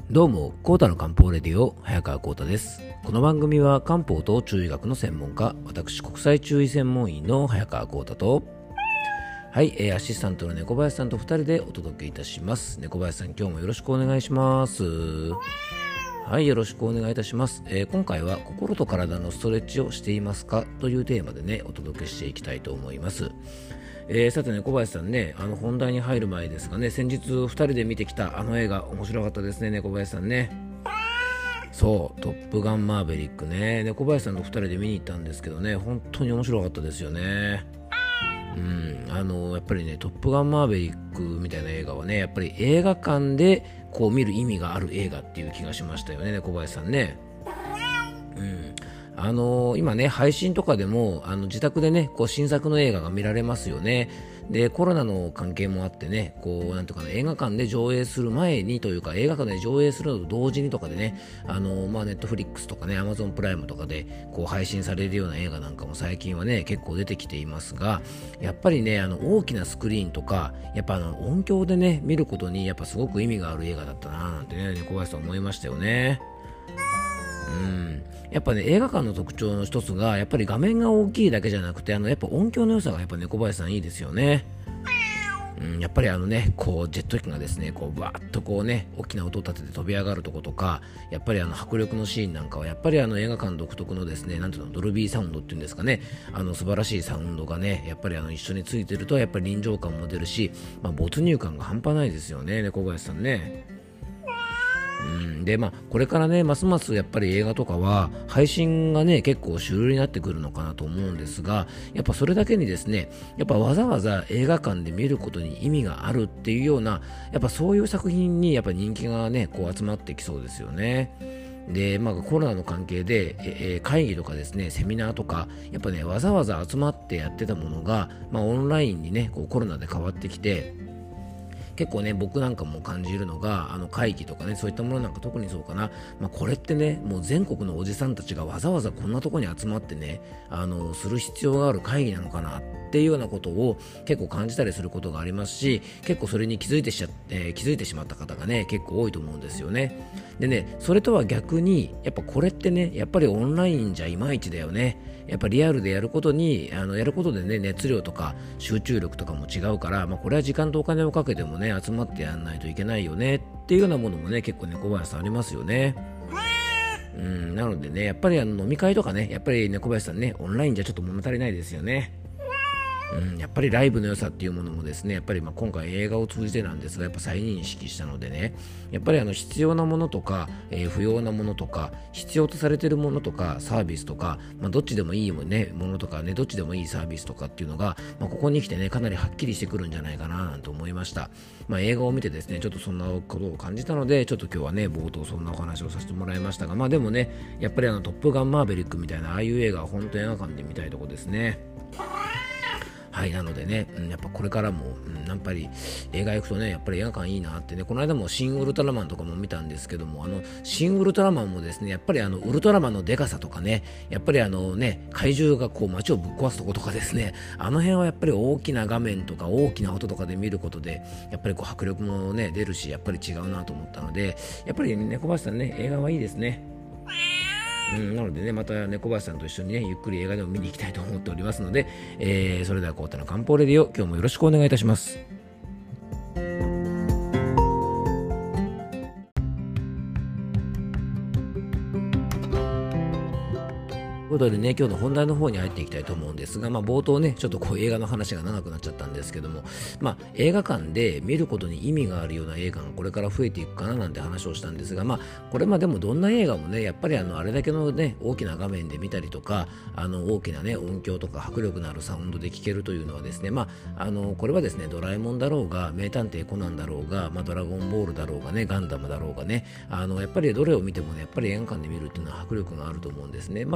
どうも、コータの漢方レディオ、早川コータです。この番組は漢方と中医学の専門家、私国際中医専門医の早川コータと、アシスタントの猫林さんと2人でお届けいたします。猫林さん、今日もよろしくお願いします。はい、よろしくお願いいたします。今回は心と体のストレッチをしていますかというテーマでね、お届けしていきたいと思います。さてね、小林さんね、本題に入る前ですがね、先日2人で見てきたあの映画、面白かったですね、小林さんね。そう、トップガンマーヴェリックね、小林さんと2人で見に行ったんですけどね、本当に面白かったですよね。やっぱりね、トップガンマーヴェリックみたいな映画はね、やっぱり映画館でこう見る意味がある映画っていう気がしましたよね、小林さんね。今ね、配信とかでも自宅でね、こう新作の映画が見られますよね。で、コロナの関係もあってね、こうなんとかね、映画館で上映する前にというか、映画館で上映するのと同時にとかでね、ネットフリックスとかね、アマゾンプライムとかでこう配信されるような映画なんかも最近はね、結構出てきていますが、やっぱりね、大きなスクリーンとか、やっぱ音響でね、見ることにやっぱすごく意味がある映画だったななんてね、小林さん思いましたよね。やっぱね、映画館の特徴の一つがやっぱり画面が大きいだけじゃなくて、やっぱ音響の良さがやっぱ猫林さんいいですよね。やっぱりこうジェット機がですね、こうバーッとこうね、大きな音を立てて飛び上がるとことか、やっぱり迫力のシーンなんかはやっぱり映画館独特のですね、なんていうの、ドルビーサウンドっていうんですかね、素晴らしいサウンドがね、やっぱり一緒についてるとやっぱり臨場感も出るし、没入感が半端ないですよね、猫林さんね。でこれからね、ますますやっぱり映画とかは配信がね、結構主流になってくるのかなと思うんですが、やっぱそれだけにですね、やっぱわざわざ映画館で見ることに意味があるっていうような、やっぱそういう作品にやっぱ人気がね、こう集まってきそうですよね。で、コロナの関係で、会議とかですね、セミナーとか、やっぱね、わざわざ集まってやってたものが、オンラインにね、こうコロナで変わってきて、結構ね、僕なんかも感じるのが、会議とかね、そういったものなんか特にそうかな、これってね、もう全国のおじさんたちがわざわざこんなところに集まってね、する必要がある会議なのかなっていうようなことを結構感じたりすることがありますし、結構それに気づいてしまった方がね、結構多いと思うんですよね。でね、それとは逆に、やっぱこれってね、やっぱりオンラインじゃいまいちだよね。やっぱリアルでやることにやることでね、熱量とか集中力とかも違うから、これは時間とお金をかけてもね、集まってやらないといけないよねっていうようなものもね、結構猫林さんありますよね。なのでね、やっぱり飲み会とかね、やっぱり猫林さんね、オンラインじゃちょっと物足りないですよね。やっぱりライブの良さっていうものもですね、やっぱり今回映画を通じてなんですが、やっぱ再認識したのでね、やっぱり必要なものとか、不要なものとか、必要とされているものとかサービスとか、どっちでもいいものとかね、どっちでもいいサービスとかっていうのが、ここに来てね、かなりはっきりしてくるんじゃないかななんて思いました。映画を見てですね、ちょっとそんなことを感じたので、ちょっと今日はね、冒頭そんなお話をさせてもらいましたが、でもね、やっぱりトップガンマーヴェリックみたいなああいう映画は本当に映画館で見たいとこですね。なのでね、やっぱこれからも、やっぱり映画行くとね、やっぱり映画館いいなってね、この間もシン・ウルトラマンとかも見たんですけども、シン・ウルトラマンもですね、やっぱりウルトラマンのデカさとかね、やっぱり怪獣がこう街をぶっ壊すとことかですね、あの辺はやっぱり大きな画面とか大きな音とかで見ることで、やっぱりこう迫力もね、出るし、やっぱり違うなと思ったので、やっぱり猫林さんね、映画はいいですね。なのでね、また猫林さんと一緒にね、ゆっくり映画でも見に行きたいと思っておりますので、それではコータの漢方レディオ、今日もよろしくお願いいたします。ということでね、今日の本題の方に入っていきたいと思うんですが、冒頭ね、ちょっとこう映画の話が長くなっちゃったんですけども、映画館で見ることに意味があるような映画がこれから増えていくかななんて話をしたんですが、これでもどんな映画もね、やっぱりあれだけのね、大きな画面で見たりとか、大きなね、音響とか迫力のあるサウンドで聴けるというのはですね、これはですね、ドラえもんだろうが、名探偵コナンだろうが、ドラゴンボールだろうがね、ガンダムだろうがね、やっぱりどれを見てもね、やっぱり映画館で見るっていうのは迫力があると思うんですね。でも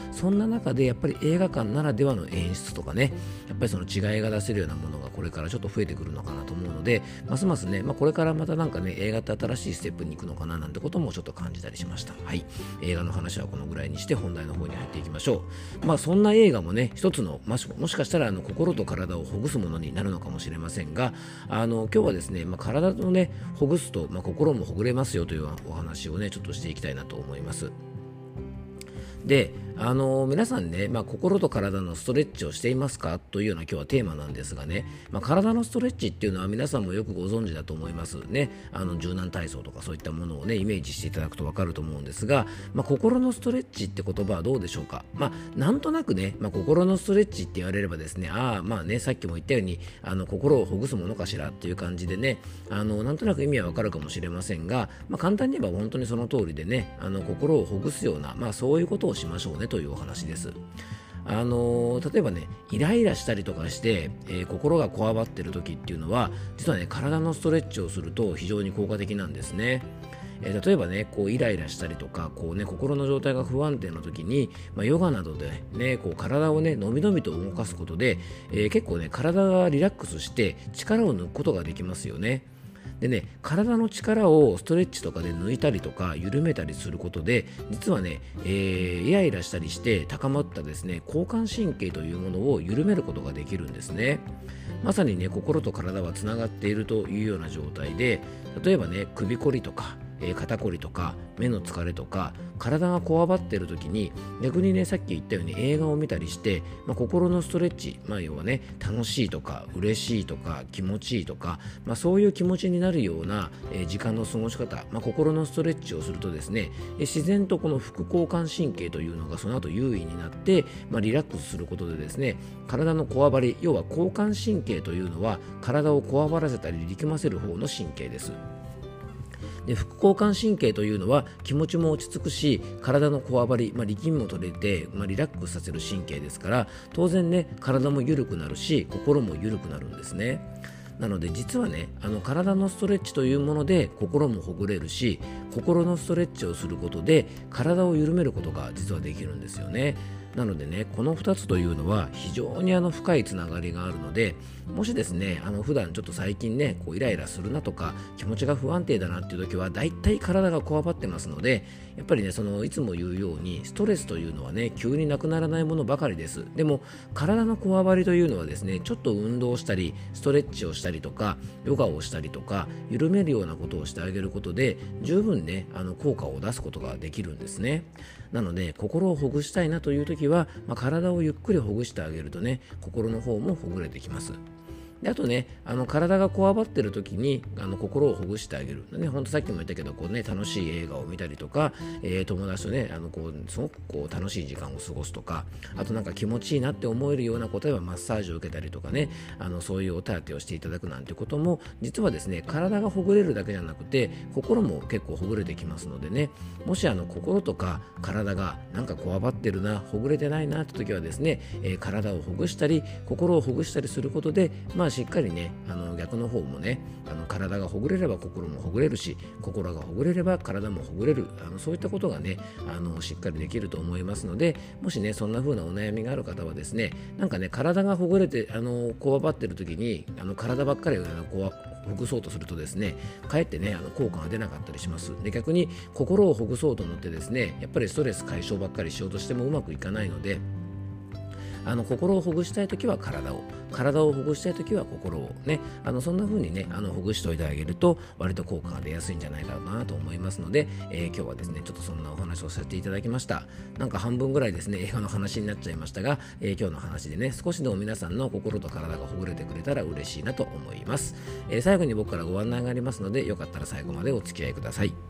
そんな中でやっぱり映画館ならではの演出とかね、やっぱりその違いが出せるようなものがこれからちょっと増えてくるのかなと思うので、ますますね、これからまたなんかね、映画って新しいステップに行くのかななんてこともちょっと感じたりしました。はい、映画の話はこのぐらいにして本題の方に入っていきましょう。そんな映画もね、一つの、もしかしたら心と体をほぐすものになるのかもしれませんが、今日はですね、体をねほぐすと、心もほぐれますよというお話をねちょっとしていきたいなと思います。で、皆さんね、心と体のストレッチをしていますかというような今日はテーマなんですがね、体のストレッチっていうのは皆さんもよくご存知だと思いますね。柔軟体操とかそういったものをねイメージしていただくと分かると思うんですが、心のストレッチって言葉はどうでしょうか。なんとなくね、心のストレッチって言われればですね、さっきも言ったように心をほぐすものかしらっていう感じでね、なんとなく意味は分かるかもしれませんが、簡単に言えば本当にその通りでね、心をほぐすような、そういうことをしましょうねというお話です。例えばね、イライラしたりとかして、心がこわばっている時っていうのは実はね、体のストレッチをすると非常に効果的なんですね。例えばね、イライラしたりとか心の状態が不安定な時に、ヨガなどでね体をねのびのびと動かすことで、結構ね体がリラックスして力を抜くことができますよね。でね、体の力をストレッチとかで抜いたりとか緩めたりすることで、実はね、イライラしたりして高まったですね交感神経というものを緩めることができるんですね。まさにね、心と体はつながっているというような状態で、例えばね、首こりとか肩こりとか目の疲れとか体がこわばっている時に、逆にねさっき言ったように映画を見たりして、心のストレッチ、要はね楽しいとか嬉しいとか気持ちいいとか、そういう気持ちになるような時間の過ごし方、心のストレッチをするとですね、自然とこの副交感神経というのがその後優位になって、リラックスすることでですね、体のこわばり、要は交感神経というのは体をこわばらせたり力ませる方の神経です。で、副交感神経というのは気持ちも落ち着くし、体のこわばり、力みも取れて、リラックスさせる神経ですから、当然ね体も緩くなるし心も緩くなるんですね。なので実はね、体のストレッチというもので心もほぐれるし、心のストレッチをすることで体を緩めることが実はできるんですよね。なのでね、この2つというのは非常に深いつながりがあるので、もしですね普段ちょっと最近ねイライラするなとか気持ちが不安定だなっていう時は、だいたい体がこわばってますので、やっぱりねいつも言うようにストレスというのはね急になくならないものばかりです。でも体のこわばりというのはですね、ちょっと運動したりストレッチをしたりとかヨガをしたりとか緩めるようなことをしてあげることで十分ね効果を出すことができるんですね。なので心をほぐしたいなという時は、体をゆっくりほぐしてあげるとね、心の方もほぐれてきます。で、あとね、体がこわばってる時に心をほぐしてあげる、ね、ほんとさっきも言ったけど楽しい映画を見たりとか、友達とねすごく楽しい時間を過ごすとか、あとなんか気持ちいいなって思えるようなことはマッサージを受けたりとかね、そういうお手当てをしていただくなんてことも、実はですね体がほぐれるだけじゃなくて心も結構ほぐれてきますのでね、もし心とか体がなんかこわばってるな、ほぐれてないなって時はですね、体をほぐしたり心をほぐしたりすることで、しっかりね逆の方もね体がほぐれれば心もほぐれるし、心がほぐれれば体もほぐれる、そういったことがねしっかりできると思いますので、もしねそんな風なお悩みがある方はですね、なんかね体がほぐれてこわばってる時に体ばっかりほぐそうとするとですね、かえってね効果が出なかったりします。で、逆に心をほぐそうと思ってですね、やっぱりストレス解消ばっかりしようとしてもうまくいかないので、心をほぐしたいときは体をほぐしたいときは心をね、そんな風にねほぐしておいてあげると割と効果が出やすいんじゃないかなと思いますので、今日はですねちょっとそんなお話をさせていただきました。なんか半分ぐらいですね映画の話になっちゃいましたが、今日の話でね少しでも皆さんの心と体がほぐれてくれたら嬉しいなと思います。最後に僕からご案内がありますので、よかったら最後までお付き合いください。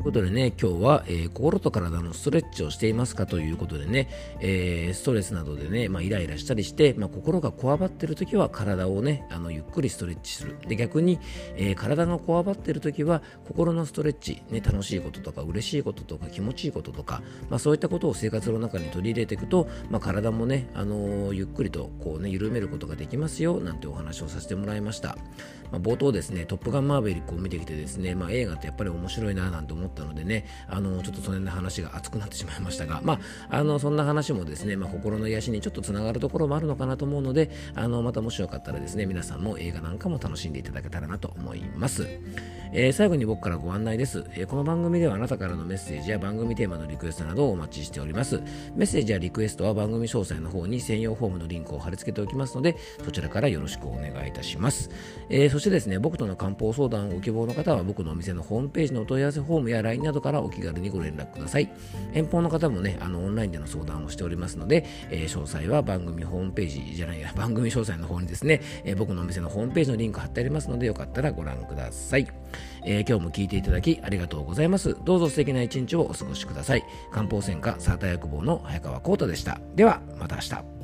ことでね、今日は、心と体のストレッチをしていますかということでね、ストレスなどでね、イライラしたりして、心がこわばっているときは体をね、ゆっくりストレッチする。で、逆に、体がこわばっているときは心のストレッチ、ね、楽しいこととか嬉しいこととか気持ちいいこととか、そういったことを生活の中に取り入れていくと、体もね、ゆっくりとこうね、緩めることができますよなんてお話をさせてもらいました。冒頭ですね、トップガンマーヴェリックを見てきてですね、映画ってやっぱり面白いななんて思ったのでね、ちょっとその辺の話が熱くなってしまいましたが、そんな話もですね、心の癒しにちょっとつながるところもあるのかなと思うので、またもしよかったらですね、皆さんも映画なんかも楽しんでいただけたらなと思います。最後に僕からご案内です。この番組ではあなたからのメッセージや番組テーマのリクエストなどをお待ちしております。メッセージやリクエストは番組詳細の方に専用フォームのリンクを貼り付けておきますので、そちらからよろしくお願いいたします。そしてですね、僕との漢方相談をご希望の方は僕のお店のホームページのお問い合わせフォームや LINE などからお気軽にご連絡ください。遠方の方もね、オンラインでの相談をしておりますので、詳細は番組ホームページじゃないや、番組詳細の方にですね、僕のお店のホームページのリンク貼ってありますので、よかったらご覧ください。今日も聞いていただきありがとうございます。どうぞ素敵な一日をお過ごしください。漢方専科サーター薬房の早川浩太でした。ではまた明日。